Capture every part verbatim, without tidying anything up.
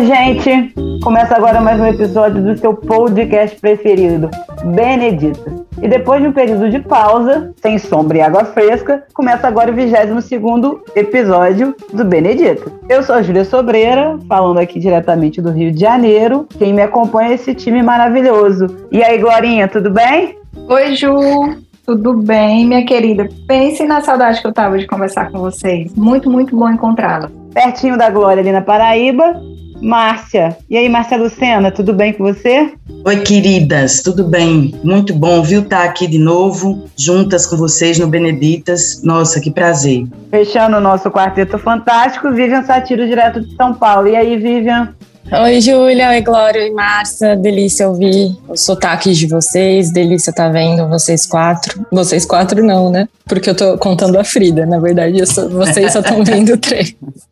gente! Começa agora mais um episódio do seu podcast preferido, Benedita. E depois de um período de pausa, sem sombra e água fresca, começa agora o vigésimo segundo episódio do Benedita. Eu sou a Júlia Sobreira, falando aqui diretamente do Rio de Janeiro. Quem me acompanha é esse time maravilhoso. E aí, Glorinha, tudo bem? Oi, Ju! Tudo bem, minha querida? Pense na saudade que eu tava de conversar com vocês. Muito, muito bom encontrá-la. Pertinho da Glória, ali na Paraíba, Márcia. E aí, Márcia Lucena, tudo bem com você? Oi, queridas, tudo bem? Muito bom, viu, estar aqui de novo, juntas com vocês no Beneditas. Nossa, que prazer. Fechando o nosso quarteto fantástico, Vivian Satiro, direto de São Paulo. E aí, Vivian? Oi, Júlia, oi, Glória, oi, Márcia, delícia ouvir os sotaques de vocês, delícia tá vendo vocês quatro, vocês quatro não, né, porque eu tô contando a Frida, na verdade, eu só, vocês só estão vendo três.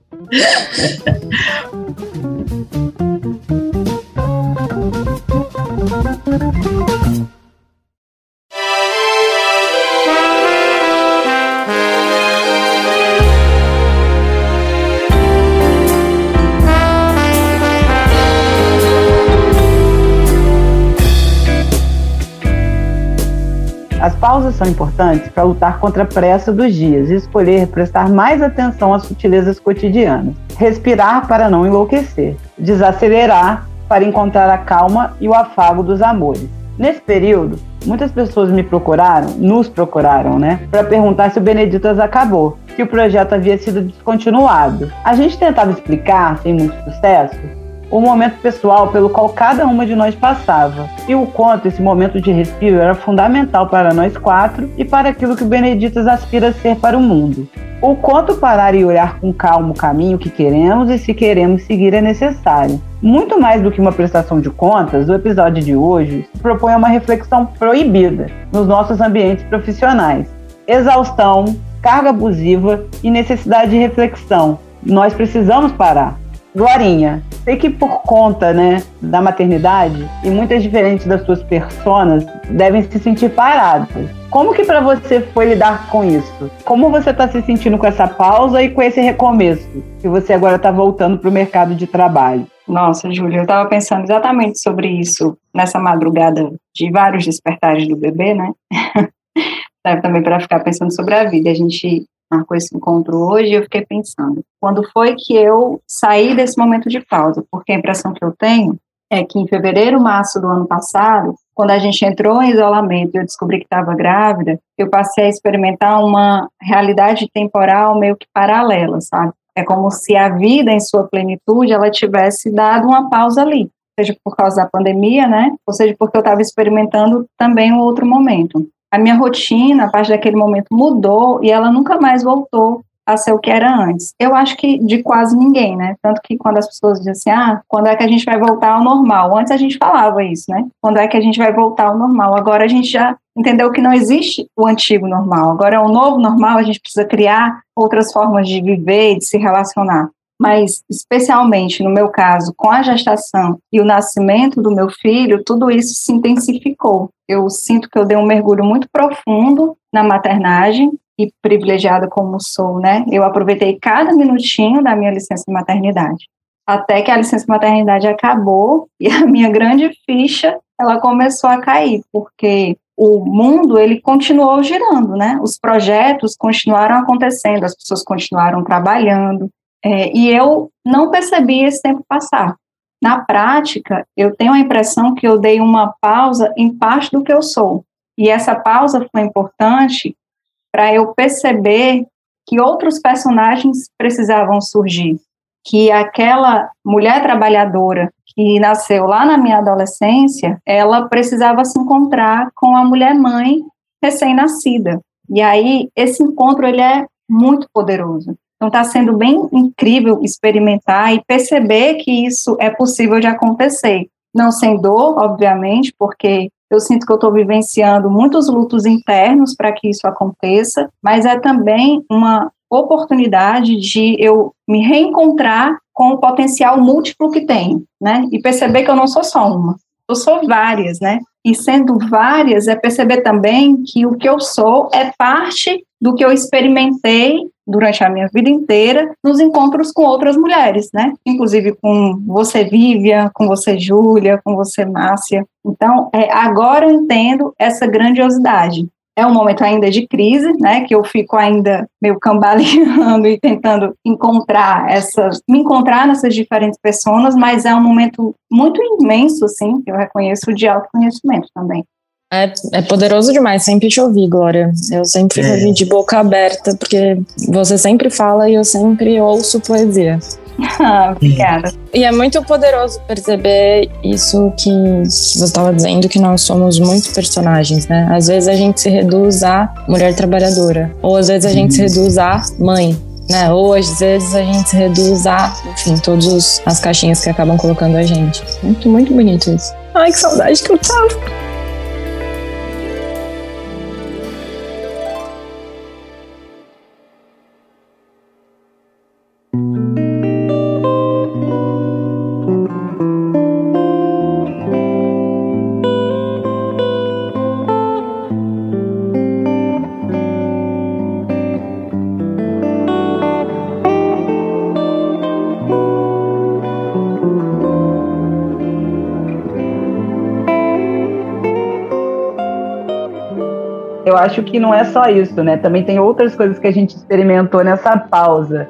As pausas são importantes para lutar contra a pressa dos dias e escolher prestar mais atenção às sutilezas cotidianas. Respirar para não enlouquecer. Desacelerar para encontrar a calma e o afago dos amores. Nesse período, muitas pessoas me procuraram, nos procuraram, né, para perguntar se o Beneditas acabou, que o projeto havia sido descontinuado. A gente tentava explicar, sem muito sucesso, o momento pessoal pelo qual cada uma de nós passava, e o quanto esse momento de respiro era fundamental para nós quatro e para aquilo que o Beneditas aspira a ser para o mundo. O quanto parar e olhar com calma o caminho que queremos e se queremos seguir é necessário. Muito mais do que uma prestação de contas, o episódio de hoje se propõe a uma reflexão proibida nos nossos ambientes profissionais. Exaustão, carga abusiva e necessidade de reflexão. Nós precisamos parar. Glorinha, sei que por conta, né, da maternidade e muitas diferentes das suas personas devem se sentir paradas. Como que para você foi lidar com isso? Como você está se sentindo com essa pausa e com esse recomeço que você agora está voltando para o mercado de trabalho? Nossa, Júlia, eu estava pensando exatamente sobre isso nessa madrugada de vários despertares do bebê, né? Deve também para ficar pensando sobre a vida. A gente marcou esse encontro hoje e eu fiquei pensando, quando foi que eu saí desse momento de pausa? Porque a impressão que eu tenho é que em fevereiro, março do ano passado, quando a gente entrou em isolamento e eu descobri que estava grávida, eu passei a experimentar uma realidade temporal meio que paralela, sabe? É como se a vida em sua plenitude, ela tivesse dado uma pausa ali, seja por causa da pandemia, né? Ou seja, porque eu estava experimentando também um outro momento. A minha rotina, a partir daquele momento, mudou e ela nunca mais voltou a ser o que era antes. Eu acho que de quase ninguém, né? Tanto que quando as pessoas dizem assim, ah, quando é que a gente vai voltar ao normal? Antes a gente falava isso, né? Quando é que a gente vai voltar ao normal? Agora a gente já entendeu que não existe o antigo normal. Agora é o novo normal, a gente precisa criar outras formas de viver e de se relacionar. Mas, especialmente no meu caso, com a gestação e o nascimento do meu filho, tudo isso se intensificou. Eu sinto que eu dei um mergulho muito profundo na maternagem e privilegiada como sou, né? Eu aproveitei cada minutinho da minha licença de maternidade. Até que a licença de maternidade acabou e a minha grande ficha, ela começou a cair, porque o mundo, ele continuou girando, né? Os projetos continuaram acontecendo, as pessoas continuaram trabalhando, É, e eu não percebi esse tempo passar. Na prática, eu tenho a impressão que eu dei uma pausa em parte do que eu sou. E essa pausa foi importante para eu perceber que outros personagens precisavam surgir. Que aquela mulher trabalhadora que nasceu lá na minha adolescência, ela precisava se encontrar com a mulher-mãe recém-nascida. E aí, esse encontro, ele é muito poderoso. Então, está sendo bem incrível experimentar e perceber que isso é possível de acontecer. Não sem dor, obviamente, porque eu sinto que eu estou vivenciando muitos lutos internos para que isso aconteça, mas é também uma oportunidade de eu me reencontrar com o potencial múltiplo que tenho, né? E perceber que eu não sou só uma, eu sou várias, né? E sendo várias, é perceber também que o que eu sou é parte do que eu experimentei durante a minha vida inteira nos encontros com outras mulheres, né? Inclusive com você, Vivian, com você, Júlia, com você, Márcia. Então, é, agora eu entendo essa grandiosidade. É um momento ainda de crise, né, que eu fico ainda meio cambaleando e tentando encontrar essas, me encontrar nessas diferentes pessoas, mas é um momento muito imenso, assim, que eu reconheço de autoconhecimento também. É, é poderoso demais, sempre te ouvi, Glória. Eu sempre É. ouvi de boca aberta, porque você sempre fala e eu sempre ouço poesia. Ah, obrigada. E é muito poderoso perceber isso que, que você estava dizendo, que nós somos muitos personagens, né? Às vezes a gente se reduz a mulher trabalhadora, ou às vezes a gente se reduz a mãe, né? Ou às vezes a gente se reduz a, enfim, todas as caixinhas que acabam colocando a gente. Muito, muito bonito isso. Ai, que saudade que eu tava. Eu acho que não é só isso, né? Também tem outras coisas que a gente experimentou nessa pausa.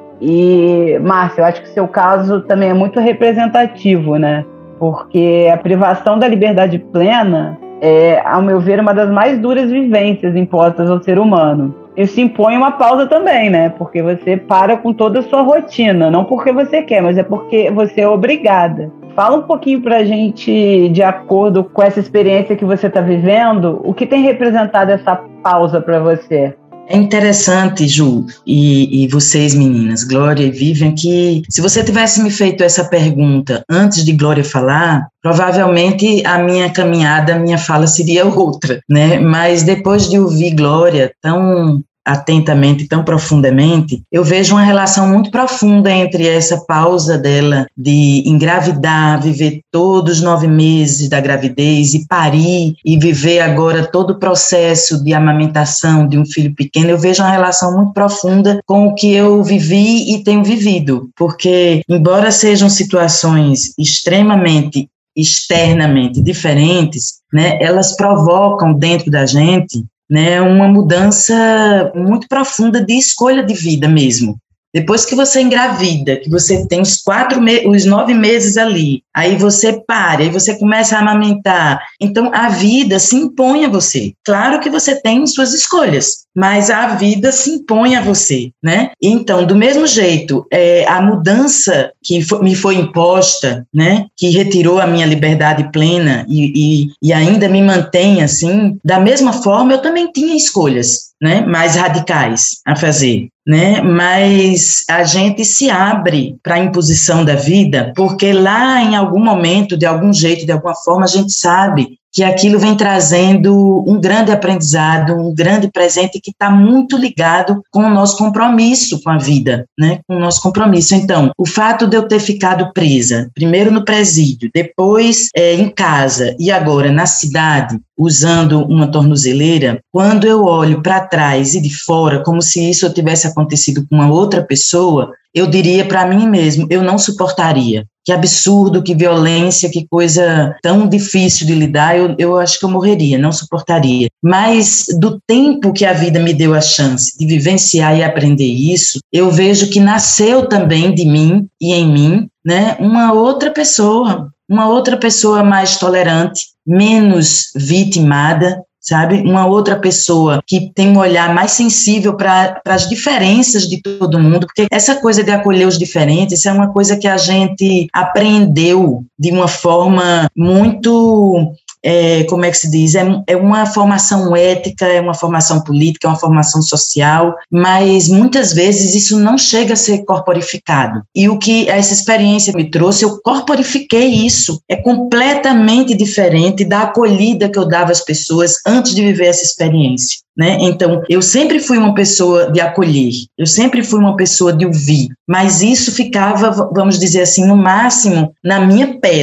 E, Márcia, eu acho que o seu caso também é muito representativo, né? Porque a privação da liberdade plena é, ao meu ver, uma das mais duras vivências impostas ao ser humano. Isso impõe uma pausa também, né? Porque você para com toda a sua rotina, não porque você quer, mas é porque você é obrigada. Fala um pouquinho pra gente, de acordo com essa experiência que você está vivendo, o que tem representado essa pausa para você? É interessante, Ju, e, e vocês, meninas, Glória e Vivian, que se você tivesse me feito essa pergunta antes de Glória falar, provavelmente a minha caminhada, a minha fala seria outra, né? Mas depois de ouvir Glória tão atentamente, tão profundamente, eu vejo uma relação muito profunda entre essa pausa dela de engravidar, viver todos os nove meses da gravidez e parir e viver agora todo o processo de amamentação de um filho pequeno. Eu vejo uma relação muito profunda com o que eu vivi e tenho vivido, porque embora sejam situações extremamente externamente diferentes, né, elas provocam dentro da gente, né, uma mudança muito profunda de escolha de vida mesmo. Depois que você engravida, que você tem os quatro, me- os nove meses ali, aí você para, aí você começa a amamentar, então a vida se impõe a você. Claro que você tem suas escolhas, mas a vida se impõe a você, né? Então, do mesmo jeito, é, a mudança que foi, me foi imposta, né, que retirou a minha liberdade plena e, e, e ainda me mantém assim, da mesma forma, eu também tinha escolhas, né, mais radicais a fazer, né, mas a gente se abre para a imposição da vida, porque lá em algum momento, de algum jeito, de alguma forma, a gente sabe que aquilo vem trazendo um grande aprendizado, um grande presente que está muito ligado com o nosso compromisso com a vida, né, com o nosso compromisso. Então, o fato de eu ter ficado presa, primeiro no presídio, depois é, em casa e agora na cidade, usando uma tornozeleira, quando eu olho para trás e de fora, como se isso tivesse acontecido com uma outra pessoa, eu diria para mim mesmo, eu não suportaria. Que absurdo, que violência, que coisa tão difícil de lidar, eu, eu acho que eu morreria, não suportaria. Mas do tempo que a vida me deu a chance de vivenciar e aprender isso, eu vejo que nasceu também de mim e em mim, né, uma outra pessoa, uma outra pessoa mais tolerante, menos vitimada, sabe? Uma outra pessoa que tem um olhar mais sensível para as diferenças de todo mundo, porque essa coisa de acolher os diferentes é uma coisa que a gente aprendeu de uma forma muito... É, como é que se diz, é, é uma formação ética, é uma formação política, é uma formação social, mas muitas vezes isso não chega a ser corporificado. E o que essa experiência me trouxe, eu corporifiquei isso. É completamente diferente da acolhida que eu dava às pessoas antes de viver essa experiência, né? Então, eu sempre fui uma pessoa de acolher, eu sempre fui uma pessoa de ouvir, mas isso ficava, vamos dizer assim, no máximo, na minha pele.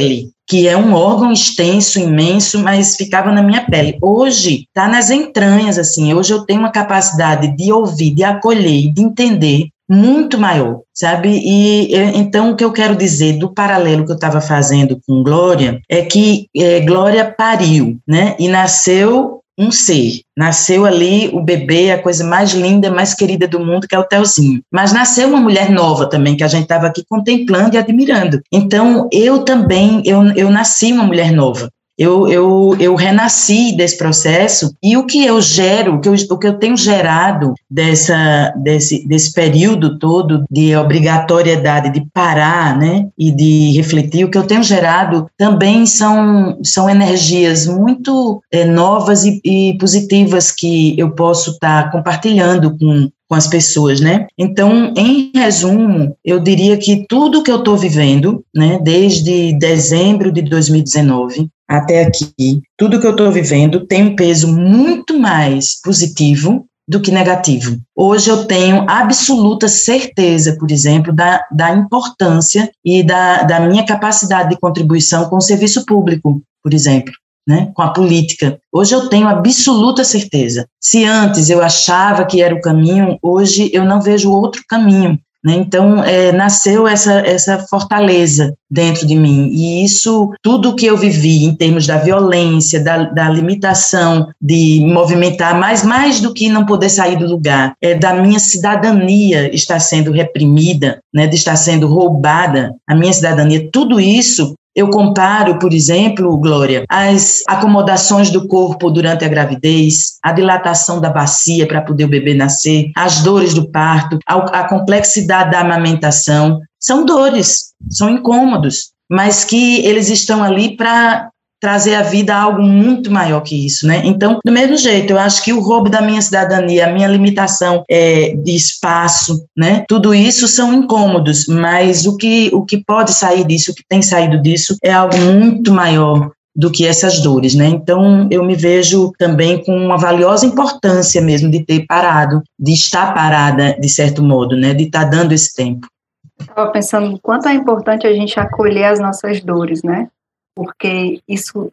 que é um órgão extenso, imenso, mas ficava na minha pele. Hoje, está nas entranhas, assim, hoje eu tenho uma capacidade de ouvir, de acolher, de entender muito maior, sabe? E então o que eu quero dizer do paralelo que eu estava fazendo com Glória é que é, Glória pariu, né? E nasceu um ser, nasceu ali o bebê, a coisa mais linda, mais querida do mundo, que é o Telzinho, mas nasceu uma mulher nova também, que a gente estava aqui contemplando e admirando. Então eu também, eu, eu nasci uma mulher nova. Eu, eu, eu renasci desse processo, e o que eu gero, o que eu, o que eu tenho gerado dessa, desse, desse período todo de obrigatoriedade de parar, né, e de refletir, o que eu tenho gerado também são, são energias muito é, novas e, e positivas que eu posso estar tá compartilhando com com as pessoas, né? Então, em resumo, eu diria que tudo que eu estou vivendo, né, desde dezembro de dois mil e dezenove até aqui, tudo que eu estou vivendo tem um peso muito mais positivo do que negativo. Hoje eu tenho absoluta certeza, por exemplo, da, da importância e da, da minha capacidade de contribuição com o serviço público, por exemplo. Né, com a política. Hoje eu tenho absoluta certeza. Se antes eu achava que era o caminho, hoje eu não vejo outro caminho. Né? Então, é, nasceu essa, essa fortaleza dentro de mim. E isso, tudo que eu vivi em termos da violência, da, da limitação de movimentar, mas mais do que não poder sair do lugar, é da minha cidadania estar sendo reprimida, né, de estar sendo roubada, a minha cidadania, tudo isso. Eu comparo, por exemplo, Glória, as acomodações do corpo durante a gravidez, a dilatação da bacia para poder o bebê nascer, as dores do parto, a, a complexidade da amamentação. São dores, são incômodos, mas que eles estão ali para trazer à vida algo muito maior que isso, né? Então, do mesmo jeito, eu acho que o roubo da minha cidadania, a minha limitação é, de espaço, né? Tudo isso são incômodos, mas o que, o que pode sair disso, o que tem saído disso, é algo muito maior do que essas dores, né? Então, eu me vejo também com uma valiosa importância mesmo de ter parado, de estar parada, de certo modo, né? De estar dando esse tempo. Estava pensando o quanto é importante a gente acolher as nossas dores, né? Porque isso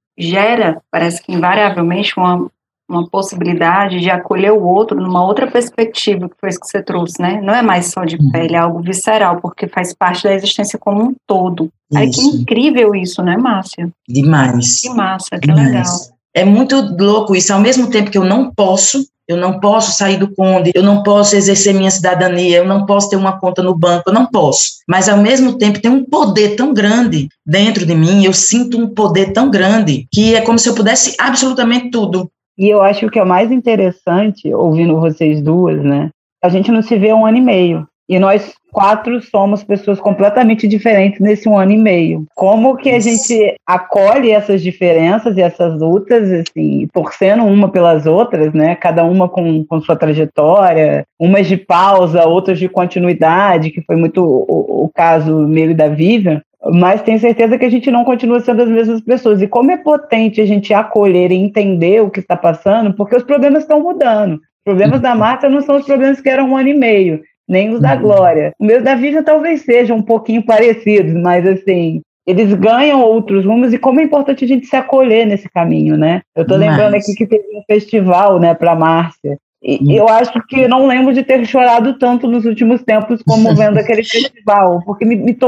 gera, parece que invariavelmente, uma, uma possibilidade de acolher o outro numa outra perspectiva, que foi isso que você trouxe, né? Não é mais só de pele, é algo visceral, porque faz parte da existência como um todo. Aí que incrível isso, né, Márcia? Demais. Que massa, que Demais. Legal. É muito louco isso, ao mesmo tempo que eu não posso, eu não posso sair do Conde, eu não posso exercer minha cidadania, eu não posso ter uma conta no banco, eu não posso. Mas, ao mesmo tempo, tem um poder tão grande dentro de mim, eu sinto um poder tão grande, que é como se eu pudesse absolutamente tudo. E eu acho que é o mais interessante, ouvindo vocês duas, né, a gente não se vê há um ano e meio. E nós quatro somos pessoas completamente diferentes nesse um ano e meio. Como que a gente acolhe essas diferenças e essas lutas, assim, torcendo uma pelas outras, né? Cada uma com, com sua trajetória, umas de pausa, outras de continuidade, que foi muito o, o caso meu e da Vivian. Mas tenho certeza que a gente não continua sendo as mesmas pessoas. E como é potente a gente acolher e entender o que está passando, porque os problemas estão mudando. Os problemas da Marta não são os problemas que eram um ano e meio, nem os da Glória. O meu da Vivian talvez sejam um pouquinho parecidos, mas assim, eles ganham outros rumos, e como é importante a gente se acolher nesse caminho, né? Eu estou lembrando aqui que teve um festival, né, para Márcia, e hum. eu acho que não lembro de ter chorado tanto nos últimos tempos como vendo aquele festival, porque me, me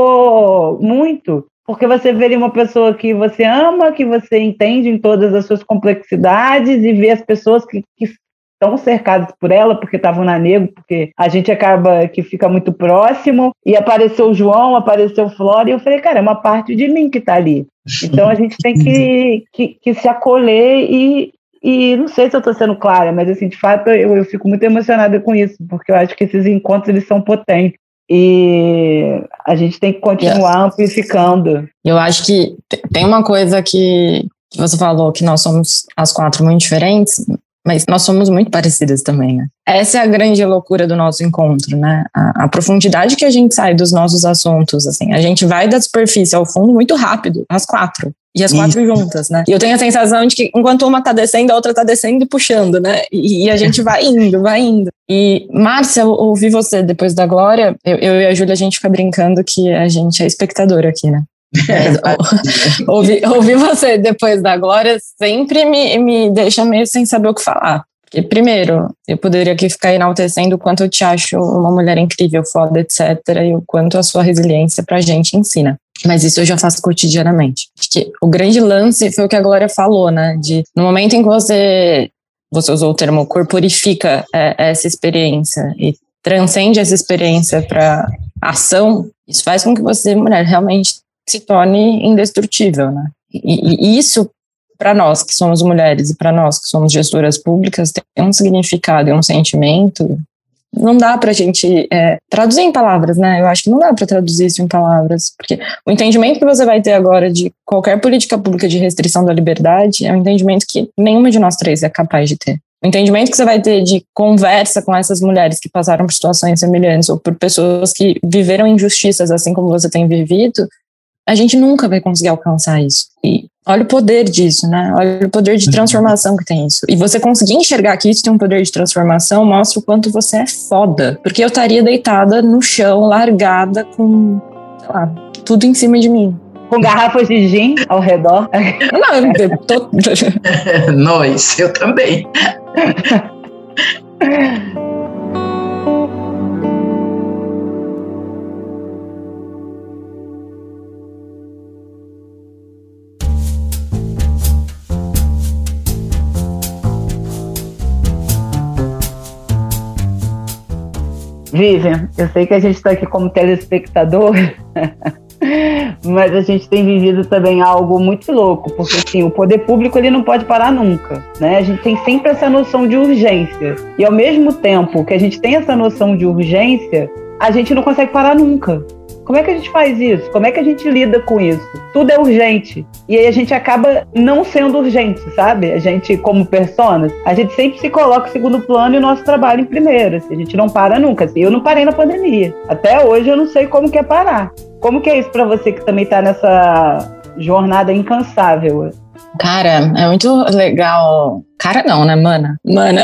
tocou muito, porque você vê ali uma pessoa que você ama, que você entende em todas as suas complexidades, e vê as pessoas que, que estão cercados por ela, porque estavam na Nego, porque a gente acaba que fica muito próximo, e apareceu o João, apareceu o Flora, e eu falei, cara, é uma parte de mim que está ali. Então a gente tem que, que, que se acolher, e, e não sei se eu estou sendo clara, mas assim, de fato eu, eu fico muito emocionada com isso, porque eu acho que esses encontros eles são potentes. E a gente tem que continuar yes. amplificando. Eu acho que tem uma coisa que, que você falou, que nós somos as quatro muito diferentes, mas nós somos muito parecidas também, né? Essa é a grande loucura do nosso encontro, né? A, a profundidade que a gente sai dos nossos assuntos, assim. A gente vai da superfície ao fundo muito rápido, as quatro. E as quatro Isso. juntas, né? E eu tenho a sensação de que enquanto uma tá descendo, a outra tá descendo e puxando, né? E, e a gente vai indo, vai indo. E, Márcia, eu ouvi você depois da Glória, eu, eu e a Júlia, a gente fica brincando que a gente é espectadora aqui, né? É, ouvir, ouvir você depois da Glória sempre me, me deixa meio sem saber o que falar. Porque, primeiro, eu poderia aqui ficar enaltecendo o quanto eu te acho uma mulher incrível, foda, etcétera, e o quanto a sua resiliência pra gente ensina. Mas isso eu já faço cotidianamente. Acho que o grande lance foi o que a Glória falou, né? De, no momento em que você, você usou o termo corporifica é, essa experiência e transcende essa experiência para ação, isso faz com que você, mulher, realmente se torne indestrutível, né? E, e isso, para nós que somos mulheres e para nós que somos gestoras públicas, tem um significado e um sentimento. Não dá pra gente é, traduzir em palavras, né? Eu acho que não dá pra traduzir isso em palavras, porque o entendimento que você vai ter agora de qualquer política pública de restrição da liberdade é um entendimento que nenhuma de nós três é capaz de ter. O entendimento que você vai ter de conversa com essas mulheres que passaram por situações semelhantes ou por pessoas que viveram injustiças assim como você tem vivido, a gente nunca vai conseguir alcançar isso. E olha o poder disso, né? Olha o poder de transformação que tem isso. E você conseguir enxergar que isso tem um poder de transformação mostra o quanto você é foda. Porque eu estaria deitada no chão, largada, com, sei lá, tudo em cima de mim. Com garrafas de gin ao redor. Não, eu tô... Nós, eu também. Vivian, eu sei que a gente está aqui como telespectador, mas a gente tem vivido também algo muito louco, porque assim, o poder público ele não pode parar nunca, né? A gente tem sempre essa noção de urgência, e ao mesmo tempo que a gente tem essa noção de urgência, a gente não consegue parar nunca. Como é que a gente faz isso? Como é que a gente lida com isso? Tudo é urgente. E aí a gente acaba não sendo urgente, sabe? A gente, como personas, a gente sempre se coloca em segundo plano e o nosso trabalho em primeiro. Assim, a gente não para nunca. Assim, eu não parei na pandemia. Até hoje eu não sei como que é parar. Como que é isso pra você que também tá nessa jornada incansável? Cara, é muito legal. Cara não, né, mana? Mana.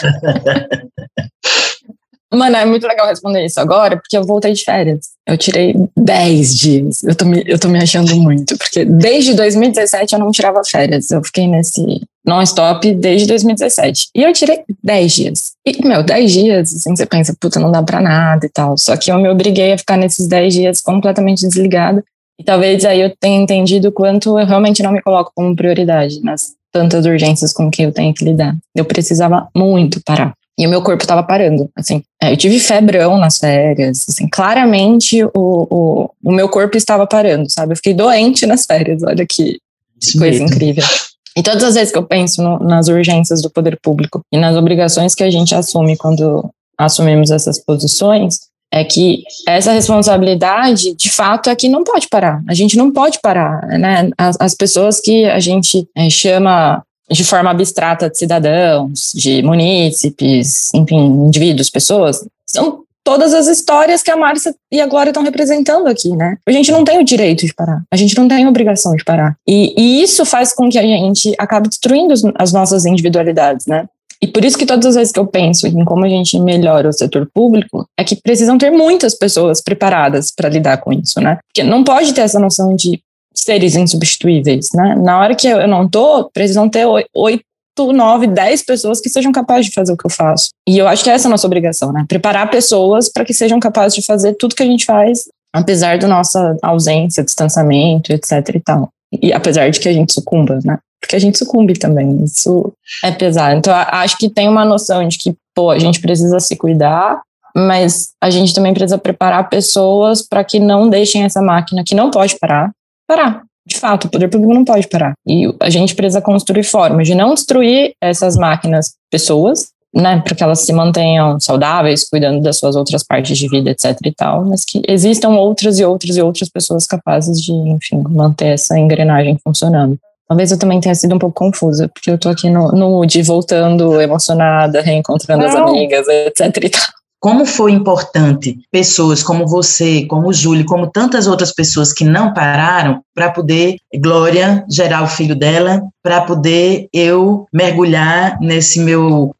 Mano, é muito legal responder isso agora, porque eu voltei de férias. Eu tirei dez dias. Eu tô me, eu tô me achando muito, porque desde dois mil e dezessete eu não tirava férias. Eu fiquei nesse non-stop desde dois mil e dezessete. E eu tirei dez dias. E, meu, dez dias, assim, você pensa, puta, não dá pra nada e tal. Só que eu me obriguei a ficar nesses dez dias completamente desligada. E talvez aí eu tenha entendido o quanto eu realmente não me coloco como prioridade nas tantas urgências com que eu tenho que lidar. Eu precisava muito parar. E o meu corpo estava parando, assim. É, eu tive febrão nas férias, assim. Claramente o, o, o meu corpo estava parando, sabe? Eu fiquei doente nas férias, olha que Isso coisa mesmo. Incrível. E todas as vezes que eu penso no, nas urgências do poder público e nas obrigações que a gente assume quando assumimos essas posições, é que essa responsabilidade, de fato, é que não pode parar. A gente não pode parar, né? As, as pessoas que a gente é, chama de forma abstrata de cidadãos, de munícipes, enfim, indivíduos, pessoas, são todas as histórias que a Márcia e a Glória estão representando aqui, né? A gente não tem o direito de parar, a gente não tem a obrigação de parar. E, e isso faz com que a gente acabe destruindo as nossas individualidades, né? E por isso que todas as vezes que eu penso em como a gente melhora o setor público, é que precisam ter muitas pessoas preparadas para lidar com isso, né? Porque não pode ter essa noção de seres insubstituíveis, né? Na hora que eu não tô, precisam ter oito, nove, dez pessoas que sejam capazes de fazer o que eu faço. E eu acho que essa é a nossa obrigação, né? Preparar pessoas para que sejam capazes de fazer tudo que a gente faz, apesar da nossa ausência, distanciamento, etc e tal. E apesar de que a gente sucumba, né? Porque a gente sucumbe também, isso é pesado. Então, acho que tem uma noção de que, pô, a gente precisa se cuidar, mas a gente também precisa preparar pessoas para que não deixem essa máquina que não pode parar, parar. De fato, o poder público não pode parar. E a gente precisa construir formas de não destruir essas máquinas, pessoas, né, para que elas se mantenham saudáveis, cuidando das suas outras partes de vida, etc e tal, mas que existam outras e outras e outras pessoas capazes de, enfim, manter essa engrenagem funcionando. Talvez eu também tenha sido um pouco confusa, porque eu tô aqui no, no mood, voltando emocionada, reencontrando não. as amigas, etc e tal. Como foi importante pessoas como você, como o Júlio, como tantas outras pessoas que não pararam para poder Glória gerar o filho dela, para poder eu mergulhar nesse meu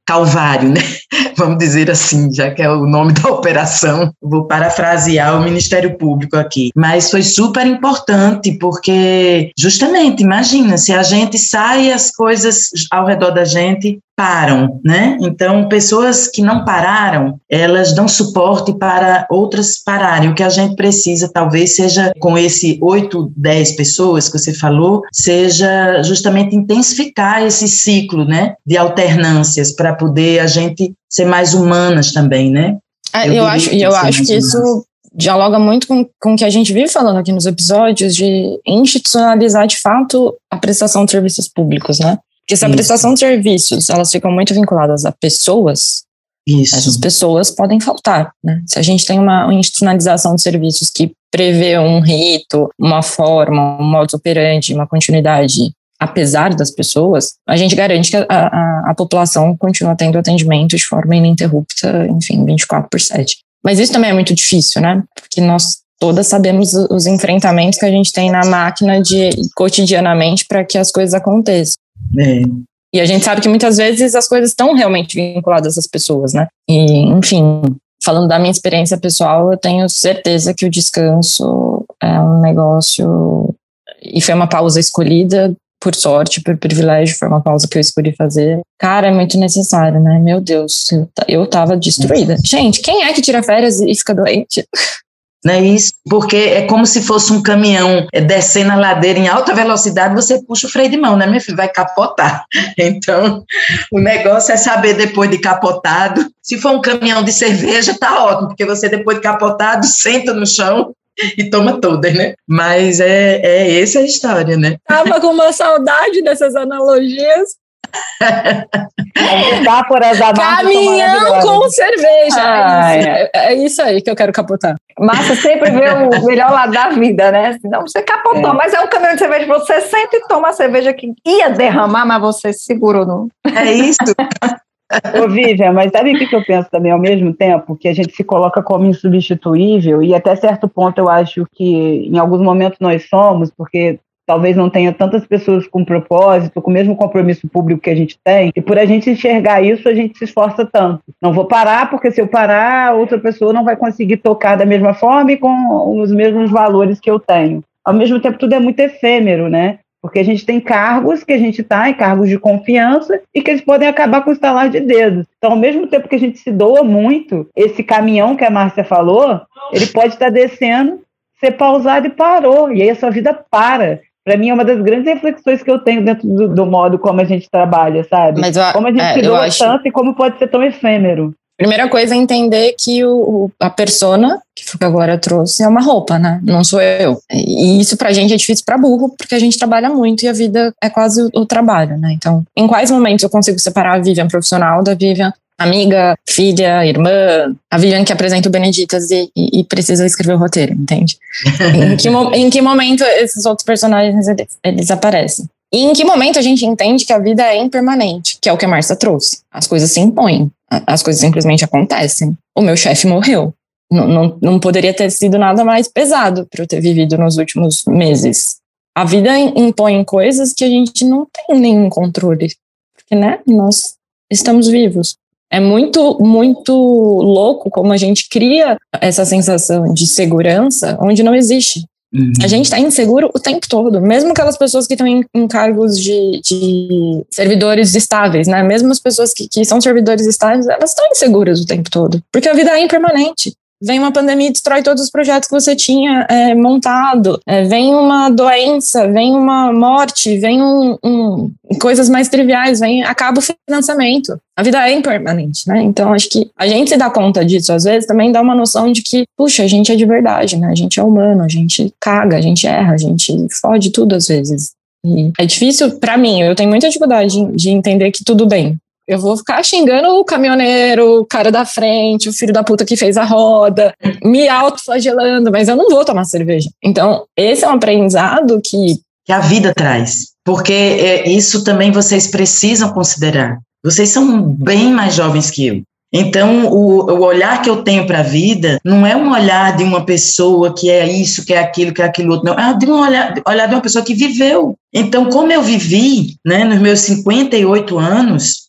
calvário, né? Vamos dizer assim, já que é o nome da operação, vou parafrasear o Ministério Público aqui. Mas foi super importante, porque justamente, imagina, se a gente sai, as coisas ao redor da gente param, né? Então, pessoas que não pararam, elas dão suporte para outras pararem. O que a gente precisa, talvez, seja, com esse oito, dez pessoas que você falou, seja justamente intensificar esse ciclo, né, de alternâncias, para poder a gente ser mais humanas também, né? Eu, eu acho, eu acho que humanas. Isso dialoga muito com, com o que a gente vive falando aqui nos episódios, de institucionalizar, de fato, a prestação de serviços públicos, né? Porque se a Isso. prestação de serviços, elas ficam muito vinculadas a pessoas, Isso. essas pessoas podem faltar, né? Se a gente tem uma institucionalização de serviços que prevê um rito, uma forma, um modus operandi, uma continuidade, apesar das pessoas, a gente garante que a, a, a população continua tendo atendimento de forma ininterrupta, enfim, vinte e quatro por sete. Mas isso também é muito difícil, né? Porque nós todas sabemos os enfrentamentos que a gente tem na máquina de cotidianamente para que as coisas aconteçam. É. E a gente sabe que muitas vezes as coisas estão realmente vinculadas às pessoas, né? E, enfim, falando da minha experiência pessoal, eu tenho certeza que o descanso é um negócio, e foi uma pausa escolhida, por sorte, por privilégio, foi uma pausa que eu escolhi fazer. Cara, é muito necessário, né? Meu Deus, eu, eu tava destruída. Gente, quem é que tira férias e fica doente? Não é isso? Porque é como se fosse um caminhão descendo a ladeira em alta velocidade, você puxa o freio de mão, né, meu filho? Vai capotar. Então, o negócio é saber depois de capotado. Se for um caminhão de cerveja, tá ótimo, porque você depois de capotado, senta no chão e toma todas, né? Mas é, é essa a história, né? Tava com uma saudade dessas analogias. Metáforas da caminhão com cerveja. Ah, é, é isso aí que eu quero capotar. Márcia sempre vê o melhor lado da vida, né? Não, você capotou, é. Mas é um caminhão de cerveja, você sente e toma a cerveja que ia derramar, mas você segurou. No... É isso. Ô, Vivian, mas sabe o que eu penso também ao mesmo tempo? Que a gente se coloca como insubstituível, e até certo ponto eu acho que em alguns momentos nós somos, porque talvez não tenha tantas pessoas com propósito, com o mesmo compromisso público que a gente tem, e por a gente enxergar isso, a gente se esforça tanto. Não vou parar, porque se eu parar, outra pessoa não vai conseguir tocar da mesma forma e com os mesmos valores que eu tenho. Ao mesmo tempo, tudo é muito efêmero, né? Porque a gente tem cargos que a gente está, em cargos de confiança, e que eles podem acabar com o estalar de dedos. Então, ao mesmo tempo que a gente se doa muito, esse caminhão que a Márcia falou, ele pode estar descendo, ser pausado e parou, e aí a sua vida para. Para mim, é uma das grandes reflexões que eu tenho dentro do, do modo como a gente trabalha, sabe? Mas eu, como a gente é, se doa acho... tanto e como pode ser tão efêmero. Primeira coisa é entender que o, a persona, que foi o que a Glória trouxe, é uma roupa, né? Não sou eu. E isso pra gente é difícil pra burro, porque a gente trabalha muito e a vida é quase o, o trabalho, né? Então, em quais momentos eu consigo separar a Vivian profissional da Vivian amiga, filha, irmã, a Vivian que apresenta o Beneditas e, e, e precisa escrever o roteiro, entende? em, que, em que momento esses outros personagens eles, eles aparecem? E em que momento a gente entende que a vida é impermanente, que é o que a Márcia trouxe. As coisas se impõem, as coisas simplesmente acontecem. O meu chefe morreu. Não, não, não poderia ter sido nada mais pesado para eu ter vivido nos últimos meses. A vida impõe coisas que a gente não tem nenhum controle, porque, né, nós estamos vivos. É muito, muito louco como a gente cria essa sensação de segurança onde não existe. Uhum. A gente está inseguro o tempo todo, mesmo aquelas pessoas que estão em, em cargos de, de servidores estáveis, né? Mesmo as pessoas que, que são servidores estáveis, elas estão inseguras o tempo todo, porque a vida é impermanente. Vem uma pandemia e destrói todos os projetos que você tinha é, montado. É, vem uma doença, vem uma morte, vem um, um, coisas mais triviais, vem, acaba o financiamento. A vida é impermanente, né? Então, acho que a gente se dá conta disso, às vezes, também dá uma noção de que, puxa, a gente é de verdade, né? A gente é humano, a gente caga, a gente erra, a gente fode tudo às vezes. E é difícil, pra mim, eu tenho muita dificuldade de, de entender que tudo bem. Eu vou ficar xingando o caminhoneiro, o cara da frente, o filho da puta que fez a roda, me autoflagelando, mas eu não vou tomar cerveja. Então, esse é um aprendizado que... Que a vida traz. Porque é, isso também vocês precisam considerar. Vocês são bem mais jovens que eu. Então, o, o olhar que eu tenho para a vida não é um olhar de uma pessoa que é isso, que é aquilo, que é aquilo outro, não. É de um olhar, olhar de uma pessoa que viveu. Então, como eu vivi, né, nos meus cinquenta e oito anos,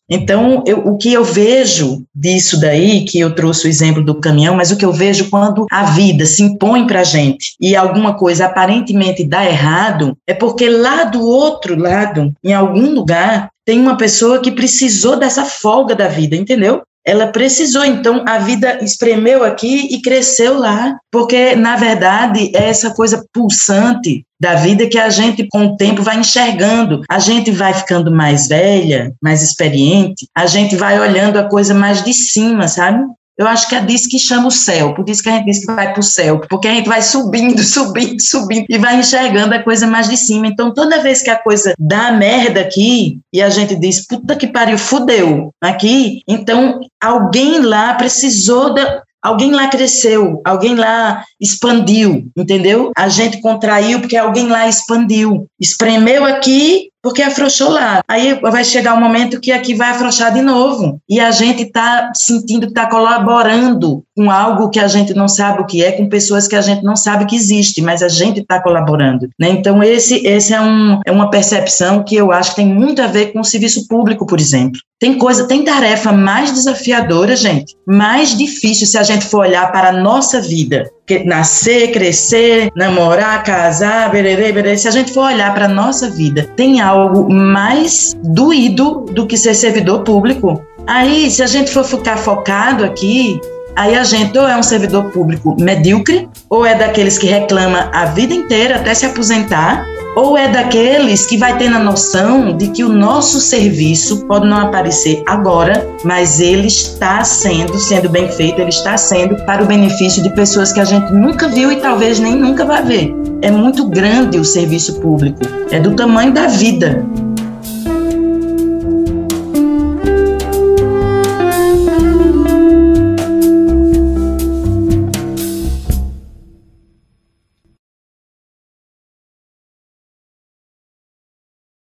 Então, eu, o que eu vejo disso daí, que eu trouxe o exemplo do caminhão, mas o que eu vejo quando a vida se impõe para a gente e alguma coisa aparentemente dá errado, é porque lá do outro lado, em algum lugar, tem uma pessoa que precisou dessa folga da vida, entendeu? Ela precisou, então a vida espremeu aqui e cresceu lá, porque na verdade é essa coisa pulsante da vida que a gente com o tempo vai enxergando, a gente vai ficando mais velha, mais experiente, a gente vai olhando a coisa mais de cima, sabe? Eu acho que é disso que chama o céu, por isso que a gente diz que vai para o céu, porque a gente vai subindo, subindo, subindo e vai enxergando a coisa mais de cima. Então, toda vez que a coisa dá merda aqui e a gente diz, puta que pariu, fudeu aqui, então alguém lá precisou da... Alguém lá cresceu, alguém lá expandiu, entendeu? A gente contraiu porque alguém lá expandiu, espremeu aqui porque afrouxou lá. Aí vai chegar um momento que aqui vai afrouxar de novo e a gente está sentindo que está colaborando com algo que a gente não sabe o que é, com pessoas que a gente não sabe que existe, mas a gente está colaborando, né? Então esse, esse é, um, é uma percepção que eu acho que tem muito a ver com o serviço público, por exemplo. Tem coisa, tem tarefa mais desafiadora, gente, mais difícil se a gente for olhar para a nossa vida. Que nascer, crescer, namorar, casar, bererê, bererê. Se a gente for olhar para a nossa vida, tem algo mais doído do que ser servidor público. Aí, se a gente for ficar focado aqui, aí a gente ou é um servidor público medíocre, ou é daqueles que reclama a vida inteira até se aposentar, ou é daqueles que vai ter a noção de que o nosso serviço pode não aparecer agora, mas ele está sendo, sendo bem feito, ele está sendo para o benefício de pessoas que a gente nunca viu e talvez nem nunca vai ver. É muito grande o serviço público, é do tamanho da vida.